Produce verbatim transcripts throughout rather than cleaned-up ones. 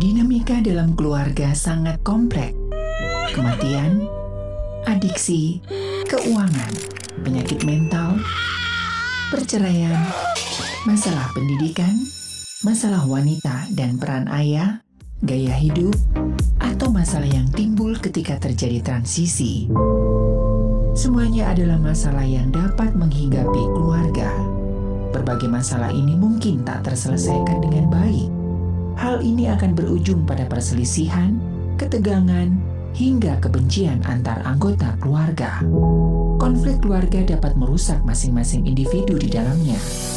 Dinamika dalam keluarga sangat kompleks. Kematian, adiksi, keuangan, penyakit mental, perceraian, masalah pendidikan, masalah wanita dan peran ayah, gaya hidup, atau masalah yang timbul ketika terjadi transisi. Semuanya adalah masalah yang dapat menghinggapi keluarga. Berbagai masalah ini mungkin tak terselesaikan dengan baik. Hal ini akan berujung pada perselisihan, ketegangan, hingga kebencian antar anggota keluarga. Konflik keluarga dapat merusak masing-masing individu di dalamnya.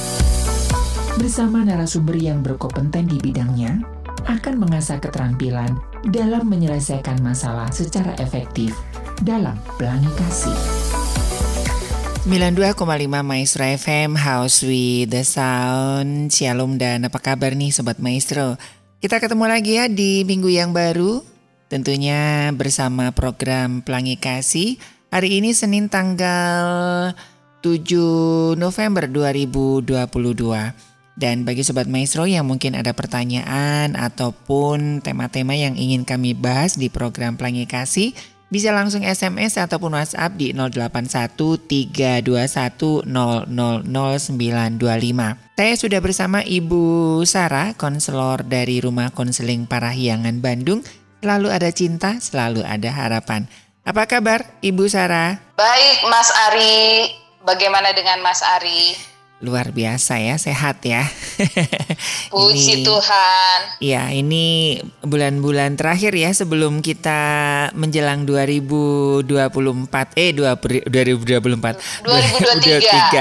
Bersama narasumber yang berkompeten di bidangnya, akan mengasah keterampilan dalam menyelesaikan masalah secara efektif dalam pelangi kasih. sembilan puluh dua koma lima Maestro F M, House with the Sound. Shalom dan apa kabar nih Sobat Maestro? Kita ketemu lagi ya di minggu yang baru, tentunya bersama program Pelangi Kasih. Hari ini Senin tanggal tujuh November dua ribu dua puluh dua. Dan bagi Sobat Maestro yang mungkin ada pertanyaan ataupun tema-tema yang ingin kami bahas di program Pelangi Kasih, bisa langsung S M S ataupun WhatsApp di nol delapan satu tiga dua satu nol nol nol sembilan dua lima. Saya sudah bersama Ibu Sarah, konselor dari Rumah Konseling Parahyangan Bandung. Selalu ada cinta, selalu ada harapan. Apa kabar Ibu Sarah? Baik Mas Ari, bagaimana dengan Mas Ari? Luar biasa ya, sehat ya. Puji ini, Tuhan. Ya, ini bulan-bulan terakhir ya sebelum kita menjelang dua ribu dua puluh empat. Eh, dua ribu dua puluh empat. dua ribu dua puluh tiga.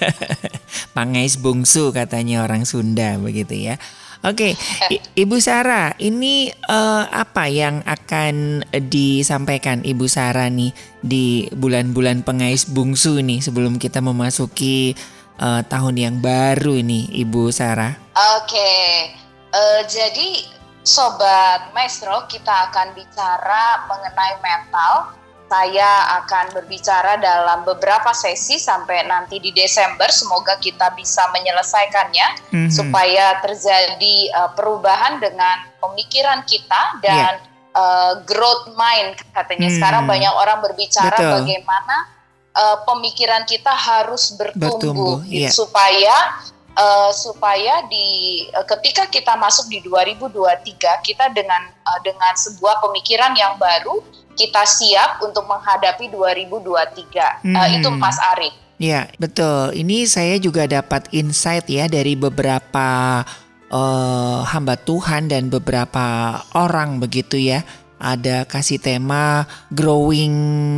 Pangais bungsu katanya orang Sunda begitu ya. Oke, I- Ibu Sarah, ini uh, apa yang akan disampaikan Ibu Sarah nih di bulan-bulan pengais bungsu nih sebelum kita memasuki Uh, tahun yang baru ini Ibu Sarah? Oke, okay. uh, jadi Sobat Maestro, kita akan bicara mengenai mental. Saya akan berbicara dalam beberapa sesi sampai nanti di Desember. Semoga kita bisa menyelesaikannya mm-hmm. supaya terjadi uh, perubahan dengan pemikiran kita dan yeah. uh, growth mind katanya. Mm. Sekarang banyak orang berbicara Betul. bagaimana Uh, pemikiran kita harus bertumbuh, bertumbuh gitu, yeah. supaya uh, supaya di uh, ketika kita masuk di dua ribu dua puluh tiga kita dengan uh, dengan sebuah pemikiran yang baru kita siap untuk menghadapi dua ribu dua puluh tiga. Hmm. Uh, itu Mas Ari. Ya, betul. Ini saya juga dapat insight ya dari beberapa uh, hamba Tuhan dan beberapa orang begitu ya. Ada kasih tema growing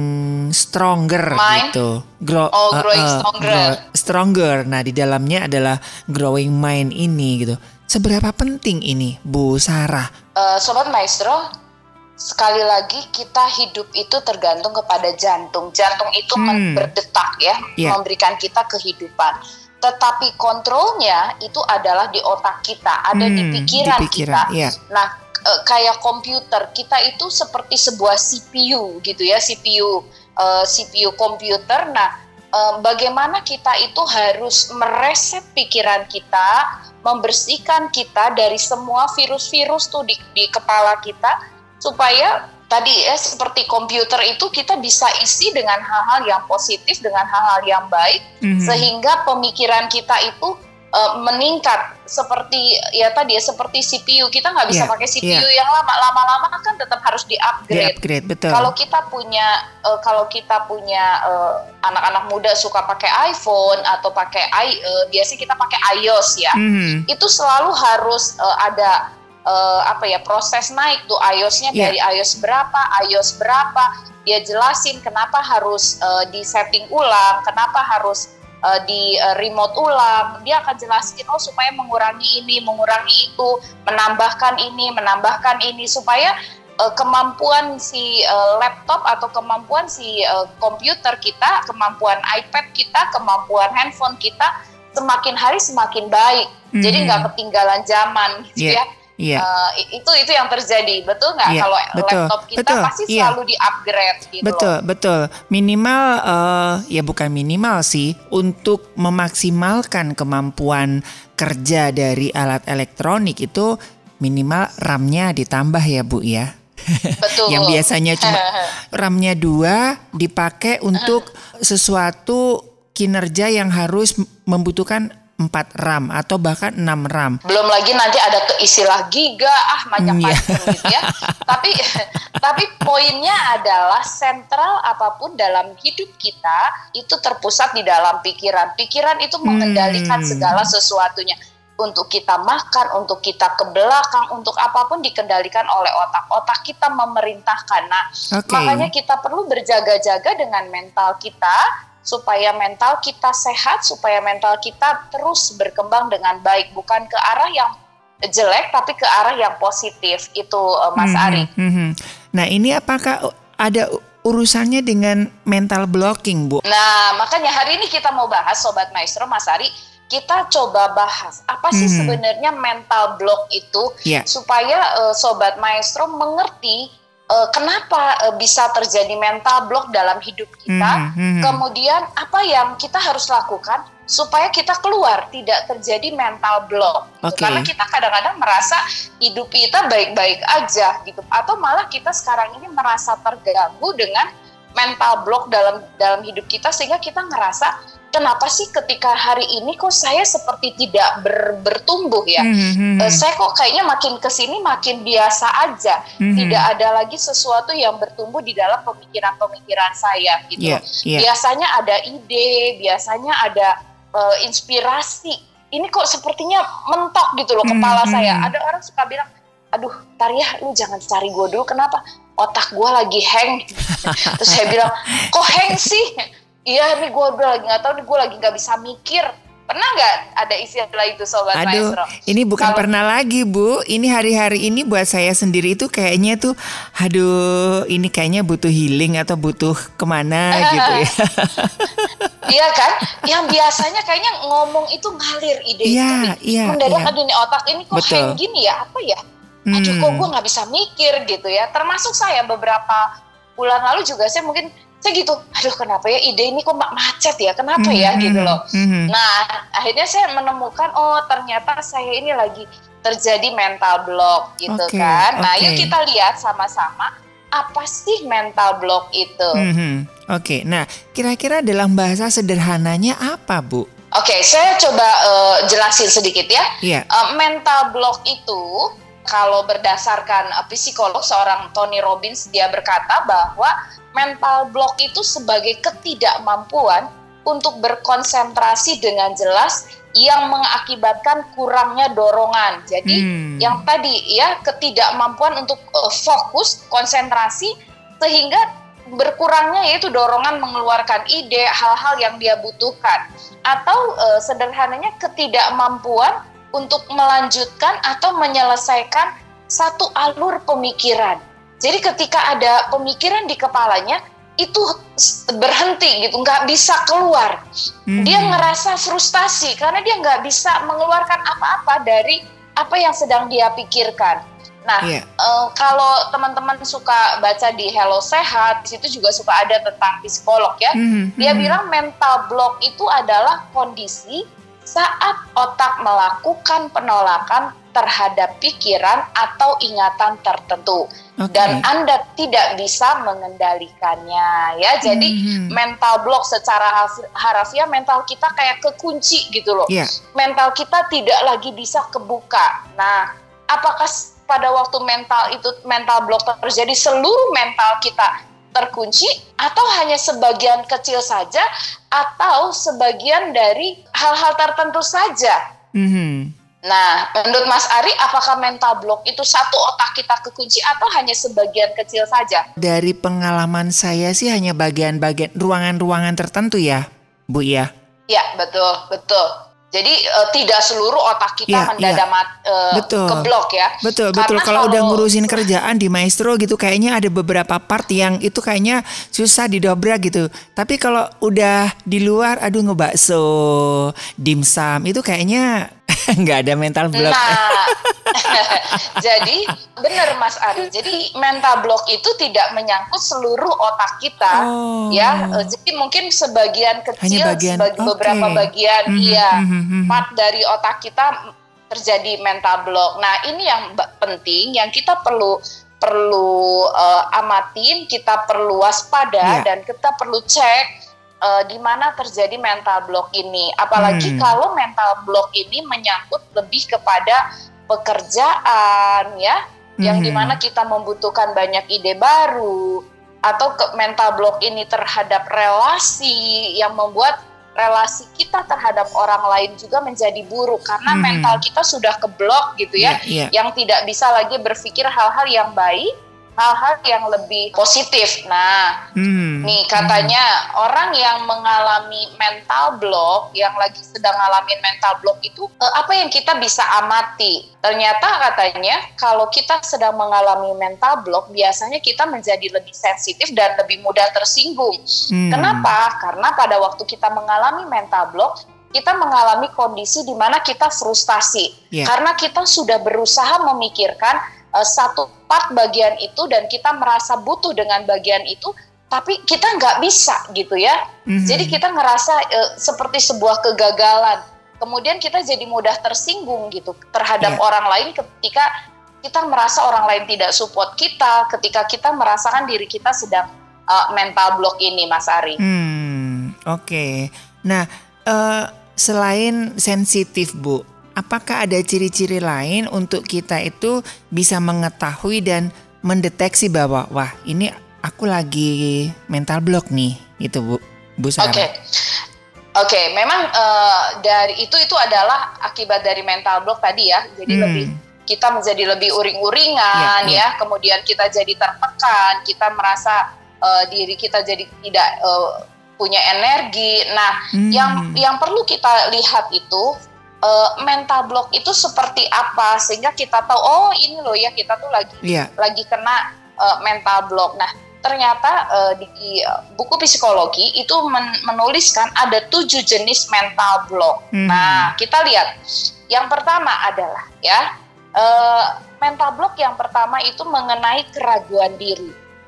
stronger mind. Gitu. Grow, oh, growing uh, uh, stronger. Grow stronger. Nah, di dalamnya adalah growing mind ini gitu. Seberapa penting ini, Bu Sarah? Uh, Sobat Maestro, sekali lagi kita hidup itu tergantung kepada jantung. Jantung itu hmm. berdetak ya, yeah. memberikan kita kehidupan. Tetapi kontrolnya itu adalah di otak kita, ada hmm, di pikiran, di pikiran kita. Yeah. Nah, Uh, kayak komputer, kita itu seperti sebuah C P U gitu ya, C P U uh, C P U komputer. Nah, uh, bagaimana kita itu harus mereset pikiran kita, membersihkan kita dari semua virus-virus tuh di, di kepala kita, supaya tadi ya seperti komputer itu kita bisa isi dengan hal-hal yang positif, dengan hal-hal yang baik, mm-hmm. sehingga pemikiran kita itu Uh, meningkat seperti ya tadi ya seperti C P U. Kita nggak bisa yeah, pakai C P U yeah. yang lama lama-lama kan tetap harus di-upgrade. Di-upgrade, betul. Kalau kita punya uh, kalau kita punya uh, anak-anak muda suka pakai iPhone atau pakai i uh, biasanya kita pakai iOS ya. Mm-hmm. Itu selalu harus uh, ada uh, apa ya proses naik tuh iOS-nya yeah. dari iOS berapa, iOS berapa. Dia jelasin kenapa harus uh, di-setting ulang, kenapa harus Uh, di uh, remote ulang. Dia akan jelasin oh supaya mengurangi ini, mengurangi itu, menambahkan ini, menambahkan ini supaya uh, kemampuan si uh, laptop atau kemampuan si uh, komputer kita, kemampuan iPad kita, kemampuan handphone kita semakin hari semakin baik. Mm-hmm. Jadi nggak ketinggalan zaman gitu yeah. ya. Iya. Uh, itu itu yang terjadi, betul nggak? Iya, kalau betul, laptop kita betul, pasti iya. selalu di-upgrade gitu. Betul, loh. betul. Minimal, uh, ya bukan minimal sih, untuk memaksimalkan kemampuan kerja dari alat elektronik itu minimal RAM-nya ditambah ya Bu ya. Betul. Yang biasanya cuma RAM-nya dua dipakai untuk sesuatu kinerja yang harus membutuhkan empat RAM atau bahkan enam RAM. Belum lagi nanti ada keistilah giga, ah macam-macam gitu ya. Tapi tapi poinnya adalah sentral apapun dalam hidup kita itu terpusat di dalam pikiran. Pikiran itu mengendalikan hmm. segala sesuatunya. Untuk kita makan, untuk kita ke belakang, untuk apapun dikendalikan oleh otak. Otak kita memerintahkan. Nah, okay. makanya kita perlu berjaga-jaga dengan mental kita supaya mental kita sehat, supaya mental kita terus berkembang dengan baik, bukan ke arah yang jelek tapi ke arah yang positif. Itu uh, Mas mm-hmm, Ari. Mm-hmm. Nah, ini apakah ada urusannya dengan mental blocking, Bu? Nah, makanya hari ini kita mau bahas Sobat Maestro, Mas Ari. Kita coba bahas apa sih mm-hmm. sebenarnya mental block itu yeah. supaya uh, Sobat Maestro mengerti uh, kenapa uh, bisa terjadi mental block dalam hidup kita. Mm-hmm. Kemudian apa yang kita harus lakukan supaya kita keluar, tidak terjadi mental block. Okay. Karena kita kadang-kadang merasa hidup kita baik-baik aja gitu, atau malah kita sekarang ini merasa terganggu dengan mental block dalam dalam hidup kita sehingga kita ngerasa kenapa sih ketika hari ini kok saya seperti tidak ber, bertumbuh ya? Mm-hmm. Uh, saya kok kayaknya makin kesini makin biasa aja. Mm-hmm. Tidak ada lagi sesuatu yang bertumbuh di dalam pemikiran-pemikiran saya gitu. Yeah, yeah. Biasanya ada ide, biasanya ada uh, inspirasi. Ini kok sepertinya mentok gitu loh mm-hmm. kepala saya. Ada orang suka bilang, aduh Tariah lu jangan cari gue dulu, kenapa? Otak gue lagi hang. Terus saya bilang, kok hang sih? Iya nih gue udah lagi gak tahu nih, gue lagi gak bisa mikir. Pernah gak ada istilah itu Sobat Aduh, Maestro? Ini bukan Kalo... pernah lagi Bu. Ini hari-hari ini buat saya sendiri itu kayaknya tuh, aduh ini kayaknya butuh healing atau butuh kemana gitu ya. Iya kan? Yang biasanya kayaknya ngomong itu ngalir ide. Iya, iya. Mendadak ya. aduh nih otak ini kok Betul. hang gini ya, apa ya? Aduh hmm. kok gue gak bisa mikir gitu ya. Termasuk saya beberapa bulan lalu juga saya mungkin saya gitu, aduh kenapa ya ide ini kok macet ya, kenapa mm-hmm. ya gitu loh. Mm-hmm. Nah akhirnya saya menemukan, oh ternyata saya ini lagi terjadi mental block gitu okay, kan. Nah okay. yuk kita lihat sama-sama apa sih mental block itu. Mm-hmm. Oke, okay. Nah kira-kira dalam bahasa sederhananya apa Bu? Oke, okay, saya coba uh, jelasin sedikit ya. Yeah. Uh, mental block itu kalau berdasarkan uh, psikolog seorang Tony Robbins, dia berkata bahwa mental block itu sebagai ketidakmampuan untuk berkonsentrasi dengan jelas yang mengakibatkan kurangnya dorongan. Jadi hmm. yang tadi ya ketidakmampuan untuk uh, fokus, konsentrasi sehingga berkurangnya yaitu dorongan mengeluarkan ide, hal-hal yang dia butuhkan. Atau uh, sederhananya ketidakmampuan untuk melanjutkan atau menyelesaikan satu alur pemikiran. Jadi ketika ada pemikiran di kepalanya, itu berhenti gitu, nggak bisa keluar. Mm-hmm. Dia ngerasa frustasi karena dia nggak bisa mengeluarkan apa-apa dari apa yang sedang dia pikirkan. Nah, yeah. uh, kalau teman-teman suka baca di Hello Sehat, di situ juga suka ada tentang psikolog ya. Mm-hmm. Dia bilang mental block itu adalah kondisi saat otak melakukan penolakan terhadap pikiran atau ingatan tertentu. Okay. Dan Anda tidak bisa mengendalikannya ya. Jadi mm-hmm. mental block secara harafiah mental kita kayak kekunci gitu loh. Yeah. Mental kita tidak lagi bisa kebuka. Nah, apakah pada waktu mental itu mental block terjadi seluruh mental kita terkunci atau hanya sebagian kecil saja atau sebagian dari hal-hal tertentu saja? Mm-hmm. Nah, menurut Mas Ari, apakah mental block itu satu otak kita kekunci atau hanya sebagian kecil saja? Dari pengalaman saya sih hanya bagian-bagian ruangan-ruangan tertentu ya, Bu ya? Ya, betul, betul. Jadi uh, tidak seluruh otak kita ya, mendadak ya. uh, keblok ya. Betul, betul. Kalau udah ngurusin kerjaan di Maestro gitu, kayaknya ada beberapa part yang itu kayaknya susah didobrak gitu. Tapi kalau udah di luar, aduh ngebakso, dimsum, itu kayaknya nggak ada mental block. Nah, jadi benar Mas Ari. Jadi mental block itu tidak menyangkut seluruh otak kita, oh. ya. Jadi mungkin sebagian kecil, bagian, sebagi, okay. beberapa bagian, mm-hmm, iya, mm-hmm. part dari otak kita terjadi mental block. Nah, ini yang penting, yang kita perlu perlu uh, amatin, kita perlu waspada, yeah. dan kita perlu cek uh, di mana terjadi mental block ini. Apalagi hmm. kalau mental block ini menyangkut lebih kepada pekerjaan, ya, hmm. yang dimana kita membutuhkan banyak ide baru, atau ke mental block ini terhadap relasi yang membuat relasi kita terhadap orang lain juga menjadi buruk karena hmm. mental kita sudah keblok gitu ya, yeah, yeah. yang tidak bisa lagi berpikir hal-hal yang baik, hal-hal yang lebih positif. Nah, hmm. nih katanya hmm. orang yang mengalami mental block, yang lagi sedang ngalamin mental block itu eh, apa yang kita bisa amati? Ternyata katanya kalau kita sedang mengalami mental block, biasanya kita menjadi lebih sensitif dan lebih mudah tersinggung. Hmm. Kenapa? Karena pada waktu kita mengalami mental block, kita mengalami kondisi di mana kita frustasi. Yeah. Karena kita sudah berusaha memikirkan uh, satu part bagian itu dan kita merasa butuh dengan bagian itu, tapi kita nggak bisa gitu ya. Mm-hmm. Jadi kita ngerasa uh, seperti sebuah kegagalan. Kemudian kita jadi mudah tersinggung gitu terhadap yeah. orang lain ketika kita merasa orang lain tidak support kita, ketika kita merasakan diri kita sedang uh, mental block ini, Mas Ari. Hmm, oke. Okay. Nah, uh, selain sensitif, Bu, apakah ada ciri-ciri lain untuk kita itu bisa mengetahui dan mendeteksi bahwa wah ini aku lagi mental block nih, itu Bu, Bu Sarah? Oke. Okay. Oke, okay, memang uh, dari itu itu adalah akibat dari mental block tadi ya. Jadi hmm. lebih kita menjadi lebih uring-uringan yeah, yeah. ya. Kemudian kita jadi tertekan, kita merasa uh, diri kita jadi tidak uh, punya energi. Nah, hmm. yang yang perlu kita lihat itu uh, mental block itu seperti apa sehingga kita tahu oh ini loh ya kita tuh lagi yeah. lagi kena uh, mental block. Nah, ternyata uh, di uh, buku psikologi itu men- menuliskan ada tujuh jenis mental block. Mm-hmm. Nah, kita lihat yang pertama adalah ya uh, mental block yang pertama itu mengenai keraguan diri,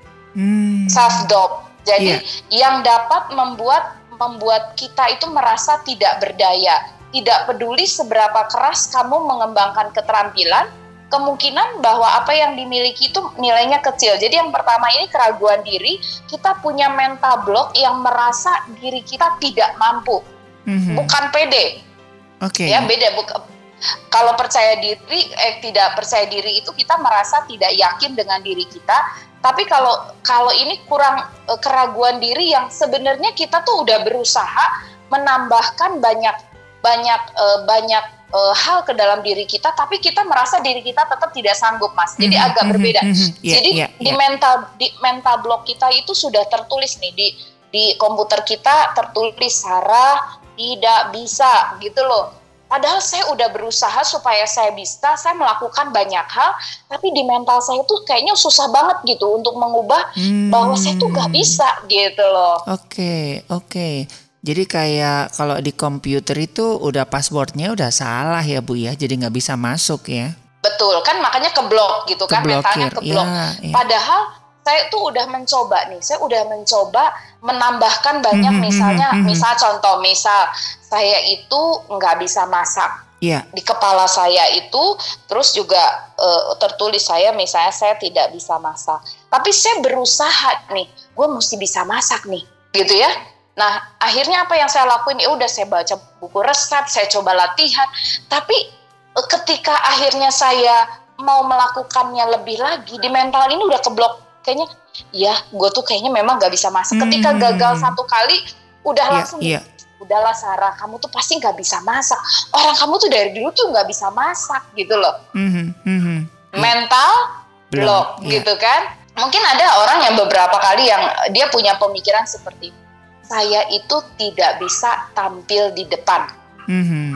mm. self doubt. Jadi yeah. yang dapat membuat membuat kita itu merasa tidak berdaya, tidak peduli seberapa keras kamu mengembangkan keterampilan. Kemungkinan bahwa apa yang dimiliki itu nilainya kecil. Jadi yang pertama ini keraguan diri, kita punya mental block yang merasa diri kita tidak mampu, mm-hmm. bukan pede. Oke. Okay. Ya beda. Buka, kalau percaya diri, eh tidak percaya diri itu kita merasa tidak yakin dengan diri kita. Tapi kalau kalau ini kurang eh, keraguan diri yang sebenarnya kita tuh udah berusaha menambahkan banyak banyak eh, banyak Uh, hal ke dalam diri kita, tapi kita merasa diri kita tetap tidak sanggup, Mas. Jadi mm-hmm, agak berbeda. Mm-hmm, yeah, Jadi yeah, yeah. di mental di mental block kita itu sudah tertulis nih di di komputer kita tertulis Sarah tidak bisa gitu loh. Padahal saya udah berusaha supaya saya bisa, saya melakukan banyak hal, tapi di mental saya tuh kayaknya susah banget gitu untuk mengubah mm. bahwa saya tuh gak bisa gitu loh. Oke, okay, oke. Okay. Jadi kayak kalau di komputer itu udah passwordnya udah salah ya Bu ya, jadi nggak bisa masuk ya. Betul, kan makanya keblok gitu kan, mentalnya keblok. Ya, ya. Padahal saya tuh udah mencoba nih, saya udah mencoba menambahkan banyak mm-hmm, misalnya, mm-hmm. misal contoh, misal saya itu nggak bisa masak. Yeah. Di kepala saya itu terus juga uh, tertulis saya misalnya saya tidak bisa masak. Tapi saya berusaha nih, gue mesti bisa masak nih, gitu ya. Nah, akhirnya apa yang saya lakuin? Ya udah saya baca buku resep, saya coba latihan. Tapi ketika akhirnya saya mau melakukannya lebih lagi, di mental ini udah keblok. Kayaknya, ya gue tuh kayaknya memang gak bisa masak. Ketika gagal satu kali, udah yeah, langsung, yeah. udahlah Sarah, kamu tuh pasti gak bisa masak. Orang kamu tuh dari dulu tuh gak bisa masak gitu loh. Mm-hmm, mm-hmm. Mental block yeah. gitu kan. Mungkin ada orang yang beberapa kali yang dia punya pemikiran seperti itu. Saya itu tidak bisa tampil di depan. Mm-hmm.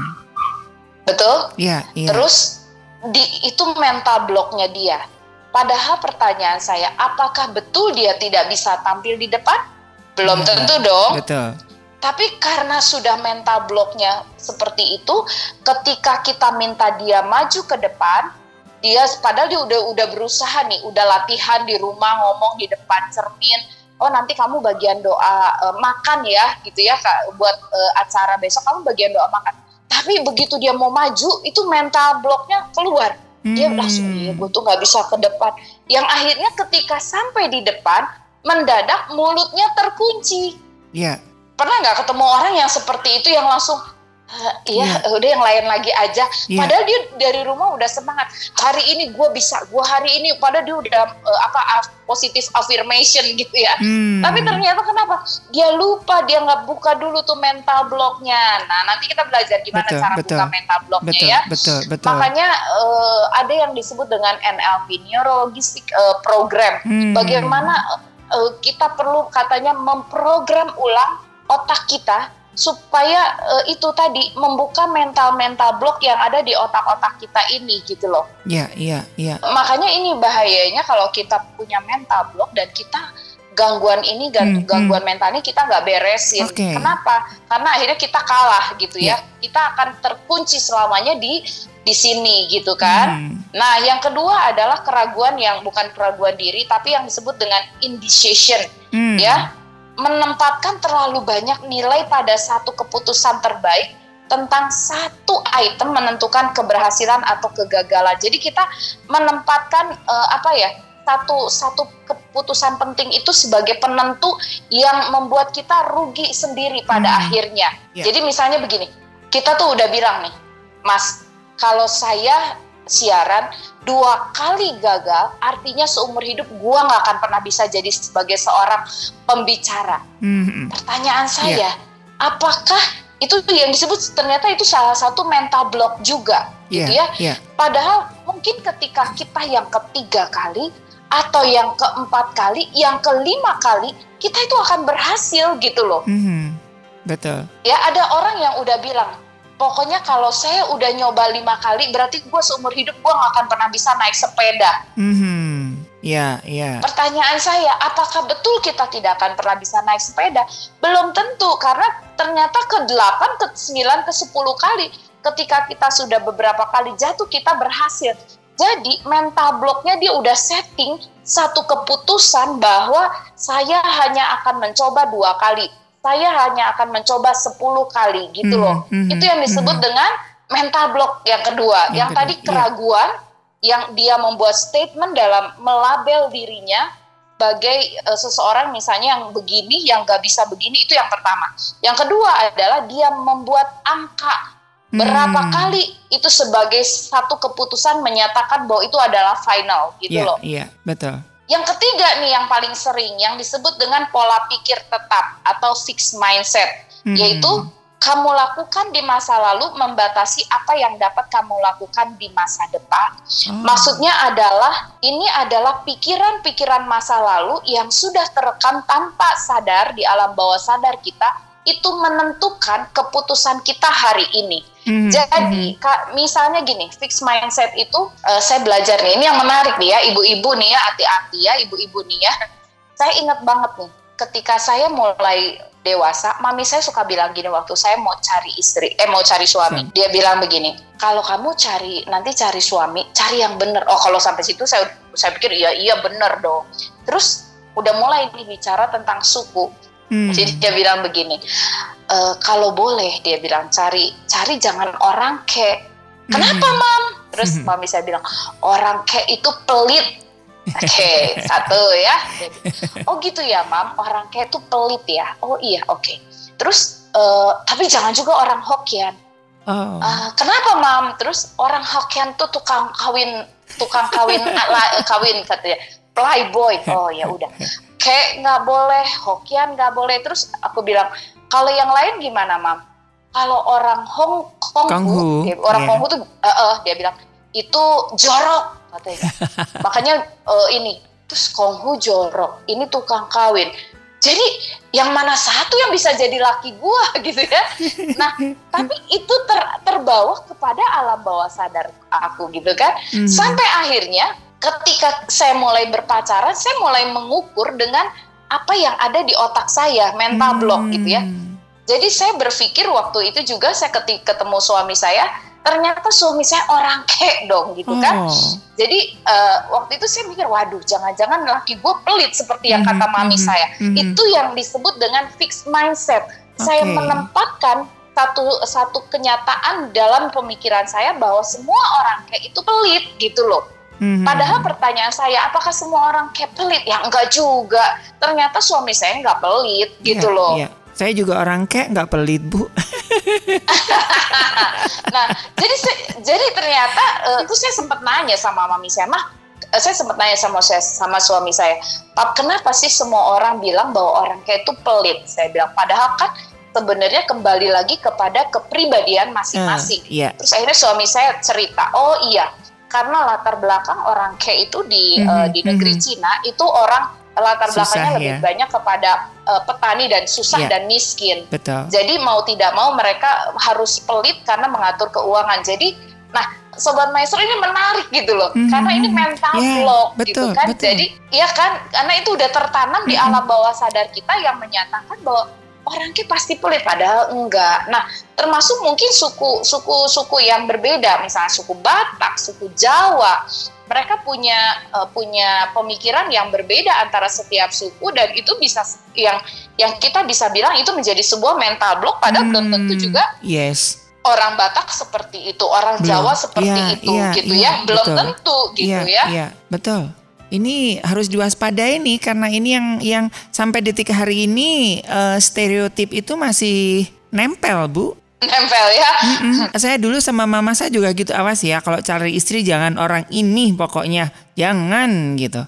Betul? Yeah, yeah. Terus di, itu mental blocknya dia. Padahal pertanyaan saya, apakah betul dia tidak bisa tampil di depan? Belum yeah, tentu dong. Betul. Tapi karena sudah mental blocknya seperti itu, ketika kita minta dia maju ke depan, dia padahal dia udah udah berusaha nih, udah latihan di rumah ngomong di depan cermin. Oh nanti kamu bagian doa uh, makan ya gitu ya Kak, buat uh, acara besok kamu bagian doa makan. Tapi begitu dia mau maju, itu mental blocknya keluar. Dia Hmm. langsung, iya gue tuh gak bisa ke depan. Yang akhirnya ketika sampai di depan, mendadak mulutnya terkunci. Iya. Pernah gak ketemu orang yang seperti itu yang langsung, iya Iya. udah yang lain lagi aja. Iya. Padahal dia dari rumah udah semangat. Hari ini gue bisa, gue hari ini. Padahal dia udah uh, apa af- positive affirmation gitu ya. Hmm. Tapi ternyata kenapa? Dia lupa, dia nggak buka dulu tuh mental blocknya. Nah nanti kita belajar gimana Betul, cara betul. buka mental blocknya Betul, ya. betul, betul. Makanya uh, ada yang disebut dengan N L P, Neurologistic uh, Program. Hmm. Bagaimana uh, kita perlu katanya memprogram ulang otak kita supaya uh, itu tadi membuka mental-mental block yang ada di otak-otak kita ini gitu loh. Iya, iya, iya. Makanya ini bahayanya kalau kita punya mental block dan kita gangguan ini, gang- Hmm, gangguan mental ini kita nggak beresin. Oke. Kenapa? Karena akhirnya kita kalah gitu ya. Iya. Kita akan terkunci selamanya di di sini gitu kan. Hmm. Nah yang kedua adalah keraguan yang bukan keraguan diri tapi yang disebut dengan indecision Hmm. ya. Menempatkan terlalu banyak nilai pada satu keputusan terbaik tentang satu item menentukan keberhasilan atau kegagalan. Jadi kita menempatkan uh, apa ya satu satu keputusan penting itu sebagai penentu yang membuat kita rugi sendiri pada Hmm. akhirnya. Ya. Jadi misalnya begini, kita tuh udah bilang nih, Mas, kalau saya siaran dua kali gagal, artinya seumur hidup gua nggak akan pernah bisa jadi sebagai seorang pembicara. Hmm. Pertanyaan saya, Iya. apakah itu yang disebut ternyata itu salah satu mental block juga, gitu Iya, ya? iya. Padahal mungkin ketika kita yang ketiga kali atau yang keempat kali, yang kelima kali, kita itu akan berhasil gitu loh. Hmm. Betul. Ya ada orang yang udah bilang, pokoknya kalau saya udah nyoba lima kali, berarti gue seumur hidup gue gak akan pernah bisa naik sepeda. Hmm. Iya, iya. Pertanyaan saya, apakah betul kita tidak akan pernah bisa naik sepeda? Belum tentu, karena ternyata ke delapan, ke sembilan, ke sepuluh kali, ketika kita sudah beberapa kali jatuh, kita berhasil. Jadi mental blocknya dia udah setting satu keputusan bahwa saya hanya akan mencoba dua kali. Saya hanya akan mencoba sepuluh kali gitu loh. Mhm, mhm, Itu yang disebut mhm. dengan mental block yang kedua. Yang Yang, kedua, tadi iya. keraguan, yang dia membuat statement dalam melabel dirinya sebagai uh, seseorang misalnya yang begini, yang gak bisa begini, itu yang pertama. Yang kedua adalah dia membuat angka. Berapa Hmm. kali itu sebagai satu keputusan menyatakan bahwa itu adalah final gitu Iya, loh. iya, betul. Yang ketiga nih yang paling sering yang disebut dengan pola pikir tetap atau fixed mindset, Hmm. yaitu kamu lakukan di masa lalu membatasi apa yang dapat kamu lakukan di masa depan. Oh. Maksudnya adalah ini adalah pikiran-pikiran masa lalu yang sudah terekam tanpa sadar di alam bawah sadar kita, itu menentukan keputusan kita hari ini. Hmm. Jadi, Kak, misalnya gini, fixed mindset itu uh, saya belajar nih, ini yang menarik nih ya, ibu-ibu nih ya, hati-hati ya, ibu-ibu nih ya. Saya ingat banget nih, ketika saya mulai dewasa, mami saya suka bilang gini waktu saya mau cari istri, eh mau cari suami. Hmm. Dia bilang begini, kalau kamu cari, nanti cari suami, cari yang bener. Oh kalau sampai situ saya saya pikir iya iya bener dong. Terus udah mulai nih bicara tentang suku. Hmm. Jadi dia bilang begini, e, kalau boleh dia bilang cari cari jangan orang kek. Kenapa Hmm. mam? Terus Hmm. mami saya bilang orang kek itu pelit. Oke, okay, satu ya. Oh gitu ya mam, orang kek itu pelit ya. Oh iya oke. Okay. Terus e, tapi jangan juga orang Hokkien. Oh. Uh, kenapa mam? Terus orang Hokkien tuh tukang kawin, tukang kawin ala, kawin katanya, playboy. Oh ya udah. Kayak nggak boleh, Hokkien nggak boleh. Terus aku bilang, kalau yang lain gimana, Mam? Kalau orang Hong Kong, Konghu, dia, orang yeah. Konghu tuh, uh, uh, dia bilang itu jorok katanya. Makanya uh, ini, terus Konghu jorok, ini tukang kawin. Jadi yang mana satu yang bisa jadi laki gua gitu ya? Nah, tapi itu ter, terbawa kepada alam bawah sadar aku gitu kan? Hmm. Sampai akhirnya ketika saya mulai berpacaran, saya mulai mengukur dengan apa yang ada di otak saya, mental block gitu ya. Jadi saya berpikir waktu itu juga saya ketika ketemu suami saya, ternyata suami saya orang kek dong gitu kan. Oh. Jadi uh, waktu itu saya mikir, waduh jangan-jangan laki gue pelit seperti yang kata mami Mhm, saya. mhm. Itu yang disebut dengan fixed mindset. Saya Oke. menempatkan satu satu kenyataan dalam pemikiran saya bahwa semua orang kayak itu pelit gitu loh. Mm-hmm. Padahal pertanyaan saya, apakah semua orang kayak pelit? Ya enggak juga. Ternyata suami saya enggak pelit gitu yeah, loh. Yeah. Saya juga orang kayak enggak pelit, Bu. Nah, jadi jadi ternyata uh, itu saya sempat nanya sama mami saya, mah, uh, saya sempat nanya sama saya sama suami saya, Pap, kenapa sih semua orang bilang bahwa orang kayak itu pelit? Saya bilang, padahal kan sebenarnya kembali lagi kepada kepribadian masing-masing. Uh, yeah. Terus akhirnya suami saya cerita, oh iya. Karena latar belakang orang kayak itu di mm-hmm, uh, di negeri mm-hmm. Cina itu orang latar susah, belakangnya lebih ya. banyak kepada uh, petani dan susah yeah. dan miskin. Betul. Jadi mau tidak mau mereka harus pelit karena mengatur keuangan. Jadi, nah Sobat Maestro ini menarik gitu loh, mm-hmm. karena ini mental yeah, block betul, gitu kan. Betul. Jadi ya kan, karena itu udah tertanam mm-hmm. di alam bawah sadar kita yang menyatakan bahwa orang kayak pasti pelit, padahal enggak. Nah, termasuk mungkin suku suku suku yang berbeda, misalnya suku Batak, suku Jawa, mereka punya uh, punya pemikiran yang berbeda antara setiap suku, dan itu bisa yang yang kita bisa bilang itu menjadi sebuah mental block, padahal hmm, belum tentu juga. Yes. Orang Batak seperti itu, orang belum. Jawa seperti ya, itu, ya, gitu ya, ya. Belum betul. tentu, gitu ya. Ya, ya. Betul. Ini harus diwaspadai nih, karena ini yang yang sampai detik hari ini uh, stereotip itu masih nempel, Bu. Nempel ya. Mm-mm. Saya dulu sama mama saya juga gitu, awas ya kalau cari istri jangan orang ini pokoknya, jangan gitu.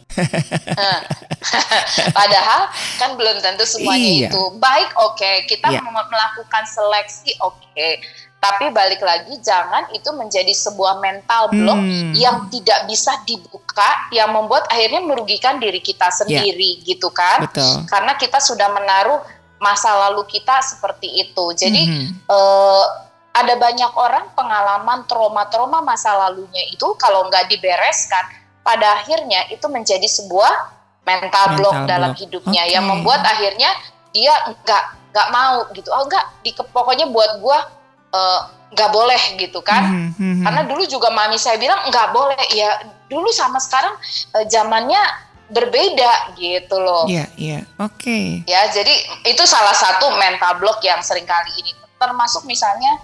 Padahal kan belum tentu semuanya iya. itu baik. Oke, okay. kita iya. melakukan seleksi, oke. Okay. Tapi balik lagi, jangan itu menjadi sebuah mental block hmm. yang tidak bisa dibuka, yang membuat akhirnya merugikan diri kita sendiri, yeah. gitu kan? Betul. Karena kita sudah menaruh masa lalu kita seperti itu. Jadi mm-hmm. eh, ada banyak orang pengalaman trauma-trauma masa lalunya itu kalau nggak dibereskan, pada akhirnya itu menjadi sebuah mental, mental block dalam block. hidupnya, okay. yang membuat akhirnya dia nggak nggak mau gitu. Oh nggak, di, pokoknya buat gua nggak uh, boleh gitu kan. Mm-hmm. Karena dulu juga mami saya bilang nggak boleh. Ya dulu sama sekarang uh, zamannya berbeda gitu loh. Iya, yeah, iya. Yeah. Oke. Okay. Ya, jadi itu salah satu mental block yang sering kali ini. Termasuk misalnya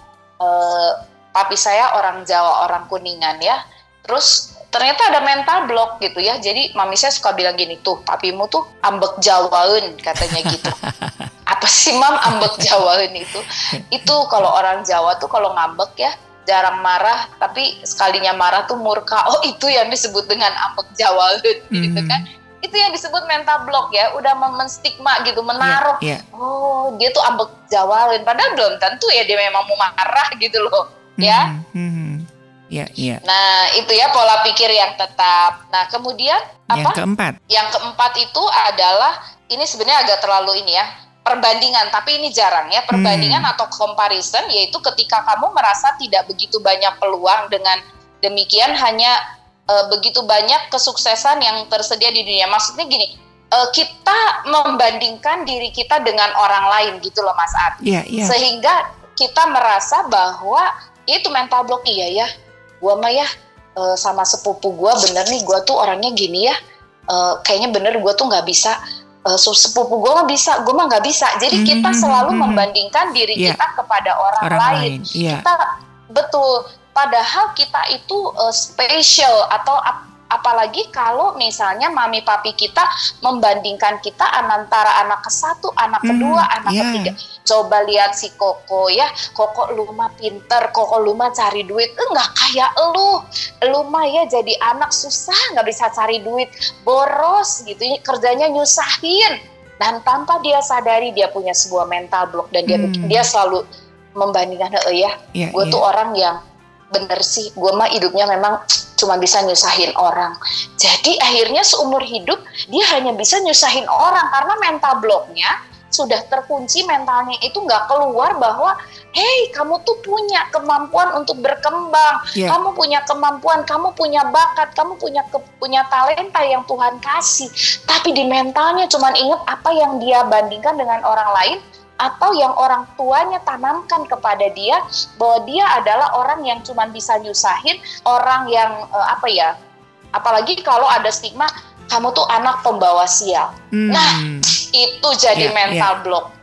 uh, papi saya orang Jawa, orang Kuningan ya. Terus ternyata ada mental block gitu ya. Jadi mami saya suka bilang gini, tuh papimu tuh ambek Jawaun katanya gitu. Apa sih mam ambek Jawaun itu? Itu kalau orang Jawa tuh kalau ngambek ya jarang marah, tapi sekalinya marah tuh murka. Oh itu yang disebut dengan ambek Jawaun mm-hmm. gitu kan? Itu yang disebut mental block ya. Udah menstigma gitu, menaruh. Yeah, yeah. Oh dia tuh ambek Jawaun. Padahal belum tentu ya dia memang mau marah gitu loh, ya. Mm-hmm. Ya, yeah, yeah. Nah itu ya pola pikir yang tetap. Nah kemudian yang apa? keempat. Yang keempat itu adalah ini sebenarnya agak terlalu ini ya. Perbandingan, tapi ini jarang ya, perbandingan hmm. atau comparison, yaitu ketika kamu merasa tidak begitu banyak peluang, dengan demikian hanya uh, begitu banyak kesuksesan yang tersedia di dunia. Maksudnya gini, uh, kita membandingkan diri kita dengan orang lain gitu loh Mas Art. Yeah, yeah. Sehingga kita merasa bahwa itu mental block, iya ya, gua mah ya uh, sama sepupu gua bener nih, gua tuh orangnya gini ya, uh, kayaknya bener gua tuh nggak bisa. Uh, sepupu gue mah bisa, gue mah nggak bisa. Jadi mm-hmm, kita selalu mm-hmm. membandingkan diri yeah. kita kepada orang, orang lain. lain. Yeah. Kita betul. Padahal kita itu uh, special atau ap- apalagi kalau misalnya mami papi kita membandingkan kita antara anak ke satu, anak kedua, mm, anak yeah. ketiga. Coba lihat si Koko ya, Koko lu mah pinter, Koko lu mah cari duit, enggak kayak lu, lu mah ya jadi anak susah, nggak bisa cari duit, boros gitu, kerjanya nyusahin, dan tanpa dia sadari dia punya sebuah mental block dan dia mm. dia selalu membandingkan, eh ya, yeah, gue yeah. tuh orang yang bener sih, gue mah hidupnya memang cuma bisa nyusahin orang. Jadi akhirnya seumur hidup dia hanya bisa nyusahin orang karena mental blocknya sudah terkunci, mentalnya itu nggak keluar bahwa hey kamu tuh punya kemampuan untuk berkembang, yeah. kamu punya kemampuan, kamu punya bakat, kamu punya ke, punya talenta yang Tuhan kasih. Tapi di mentalnya cuma ingat apa yang dia bandingkan dengan orang lain, atau yang orang tuanya tanamkan kepada dia bahwa dia adalah orang yang cuma bisa nyusahin, orang yang uh, apa ya, apalagi kalau ada stigma kamu tuh anak pembawa sial. Hmm. Nah itu jadi yeah, mental yeah. block.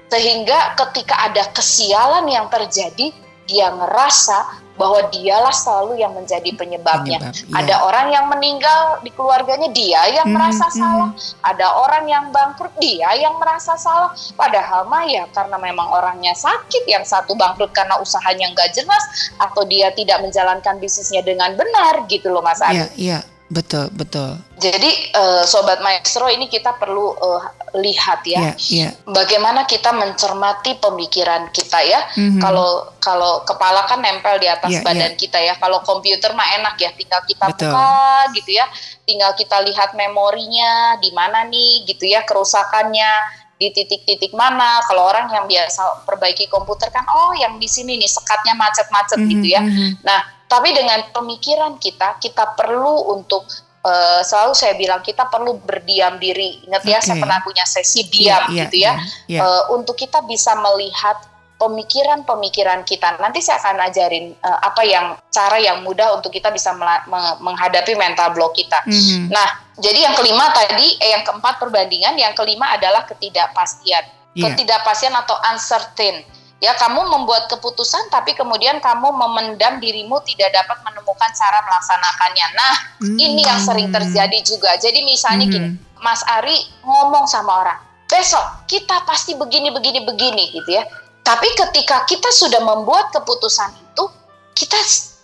Sehingga ketika ada kesialan yang terjadi, dia ngerasa bahwa dialah selalu yang menjadi penyebabnya. Penyebab, iya. Ada orang yang meninggal di keluarganya, dia yang mm-hmm. merasa salah. Ada orang yang bangkrut, dia yang merasa salah. Padahal mah ya karena memang orangnya sakit, yang satu bangkrut karena usahanya nggak jelas, atau dia tidak menjalankan bisnisnya dengan benar gitu loh Mas Ari. Iya, iya. Betul, betul. Jadi uh, Sobat Maestro, ini kita perlu uh, lihat ya, yeah, yeah. bagaimana kita mencermati pemikiran kita ya. Mm-hmm. Kalau kalau kepala kan nempel di atas yeah, badan yeah. kita ya. Kalau komputer mah enak ya, tinggal kita betul. buka gitu ya, tinggal kita lihat memorinya di mana nih gitu ya, kerusakannya di titik-titik mana. Kalau orang yang biasa perbaiki komputer kan, oh yang di sini nih sekatnya macet-macet mm-hmm, gitu ya. Mm-hmm. Nah, tapi dengan pemikiran kita, kita perlu untuk uh, selalu saya bilang kita perlu berdiam diri. Ingat ya, okay. saya pernah punya sesi diam yeah, gitu yeah, ya, yeah, yeah. Uh, untuk kita bisa melihat pemikiran-pemikiran kita. Nanti saya akan ajarin uh, apa yang cara yang mudah untuk kita bisa mela- menghadapi mental block kita. Mm-hmm. Nah, jadi yang kelima tadi, eh, yang keempat perbandingan, yang kelima adalah ketidakpastian, yeah. ketidakpastian atau uncertain. Ya, kamu membuat keputusan tapi kemudian kamu memendam dirimu tidak dapat menemukan cara melaksanakannya. Nah, hmm. ini yang sering terjadi juga. Jadi misalnya hmm. gini, Mas Ari ngomong sama orang, besok kita pasti begini, begini, begini gitu ya. Tapi ketika kita sudah membuat keputusan itu, kita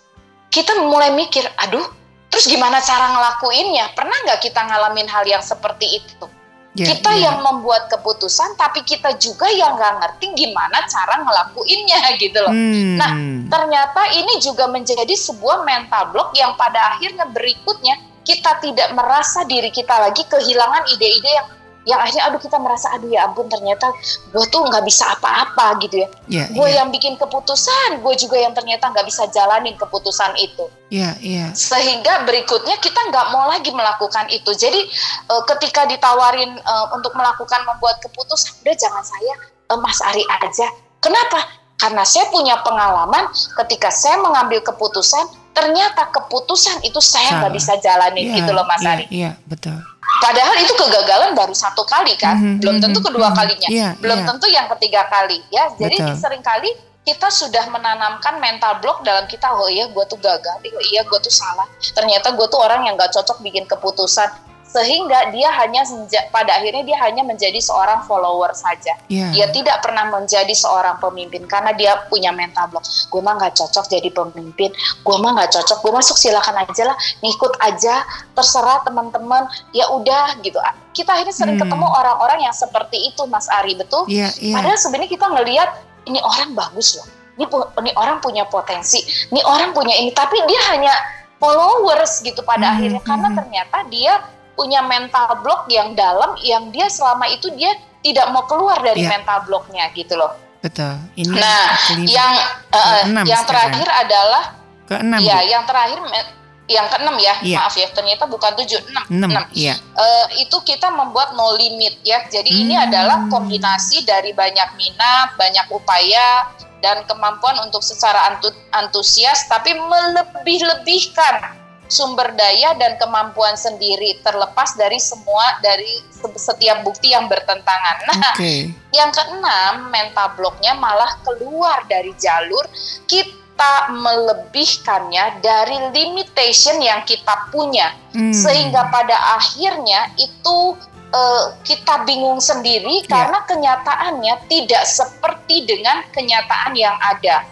kita mulai mikir, aduh, terus gimana cara ngelakuinnya? Pernah nggak kita ngalamin hal yang seperti itu? Yeah, kita yeah. yang membuat keputusan, tapi kita juga yang nggak ngerti gimana cara ngelakuinnya gitu loh. Hmm. Nah, ternyata ini juga menjadi sebuah mental block yang pada akhirnya berikutnya kita tidak merasa diri kita lagi kehilangan ide-ide yang yang akhirnya aduh kita merasa aduh ya ampun ternyata gue tuh nggak bisa apa-apa gitu ya. Yeah, gue yeah. yang bikin keputusan, gue juga yang ternyata nggak bisa jalanin keputusan itu. Yeah, yeah. Sehingga berikutnya kita nggak mau lagi melakukan itu. Jadi uh, ketika ditawarin uh, untuk melakukan membuat keputusan, udah jangan saya uh, Mas Ari aja. Kenapa? Karena saya punya pengalaman ketika saya mengambil keputusan, ternyata keputusan itu saya nggak bisa jalanin yeah, gitu loh Mas yeah, Ari. Iya, yeah, betul. Padahal itu kegagalan baru satu kali kan, mm-hmm, belum tentu kedua mm-hmm, kalinya, yeah, belum yeah. tentu yang ketiga kali ya. Jadi seringkali kita sudah menanamkan mental block dalam kita, oh iya gue tuh gagal, oh iya gue tuh salah, ternyata gue tuh orang yang gak cocok bikin keputusan. Sehingga dia hanya pada akhirnya dia hanya menjadi seorang follower saja. Yeah. Dia tidak pernah menjadi seorang pemimpin karena dia punya mental block. Gue mah nggak cocok jadi pemimpin. Gue mah nggak cocok. Gue masuk silakan aja lah, ngikut aja, terserah teman-teman. Ya udah gitu. Kita akhirnya sering hmm. ketemu orang-orang yang seperti itu, Mas Ari, betul? Yeah, yeah. Padahal sebenarnya kita ngelihat ini orang bagus loh. Ini ini orang punya potensi. Ini orang punya ini. Tapi dia hanya followers gitu pada hmm. akhirnya karena hmm. ternyata dia punya mental block yang dalam, yang dia selama itu dia tidak mau keluar dari yeah. mental blocknya gitu loh. Betul. Ini nah, yang uh, yang sekarang. terakhir adalah keenam. Ya, Bu. yang terakhir yang keenam ya. Yeah. Maaf ya, ternyata bukan tujuh, enam. enam. Iya. Uh, itu kita membuat no limit ya. Jadi hmm. ini adalah kombinasi dari banyak minat, banyak upaya dan kemampuan untuk secara antusias tapi melebih-lebihkan sumber daya dan kemampuan sendiri terlepas dari semua dari setiap bukti yang bertentangan. Nah, okay. yang keenam mental blocknya malah keluar dari jalur, kita melebihkannya dari limitation yang kita punya hmm. sehingga pada akhirnya itu uh, kita bingung sendiri yeah. karena kenyataannya tidak seperti dengan kenyataan yang ada.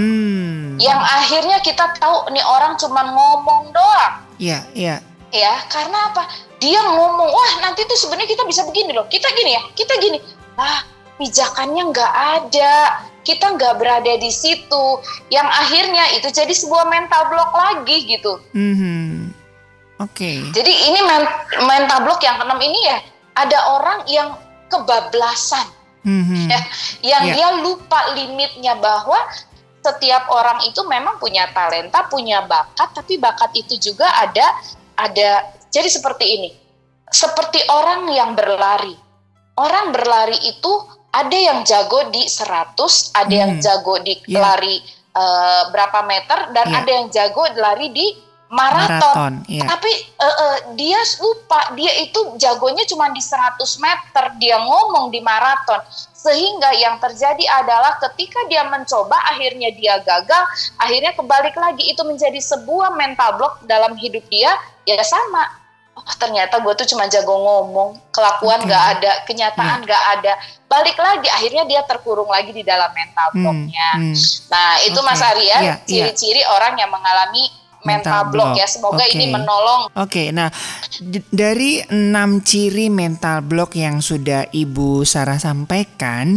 Hmm. Yang akhirnya kita tahu nih orang cuma ngomong doang. Iya, iya. Ya, karena apa? Dia ngomong, wah nanti tuh sebenarnya kita bisa begini loh. Kita gini ya, kita gini. Lah, pijakannya nggak ada. Kita nggak berada di situ. Yang akhirnya itu jadi sebuah mental block lagi gitu. Mm-hmm. Oke. Okay. Jadi ini men- mental block yang keenam ini ya, ada orang yang kebablasan. Mm-hmm. Ya, yang yeah. dia lupa limitnya bahwa setiap orang itu memang punya talenta, punya bakat, tapi bakat itu juga ada ada jadi seperti ini. Seperti orang yang berlari. Orang berlari itu ada yang jago di seratus, ada hmm. yang jago di yeah. lari uh, berapa meter dan yeah. ada yang jago lari di maraton, maraton iya. Tapi uh, uh, dia lupa dia itu jagonya cuma di seratus meter, dia ngomong di maraton. Sehingga yang terjadi adalah ketika dia mencoba akhirnya dia gagal, akhirnya kebalik lagi, itu menjadi sebuah mental block dalam hidup dia. Ya sama, oh ternyata gue tuh cuma jago ngomong, kelakuan okay. gak ada, kenyataan yeah. gak ada. Balik lagi, akhirnya dia terkurung lagi di dalam mental blocknya. Hmm, hmm. Nah itu okay. Mas Arya, yeah, ciri-ciri yeah. orang yang mengalami mental, mental block, block ya, semoga okay. ini menolong. Oke, okay, nah d- dari enam ciri mental block yang sudah Ibu Sarah sampaikan,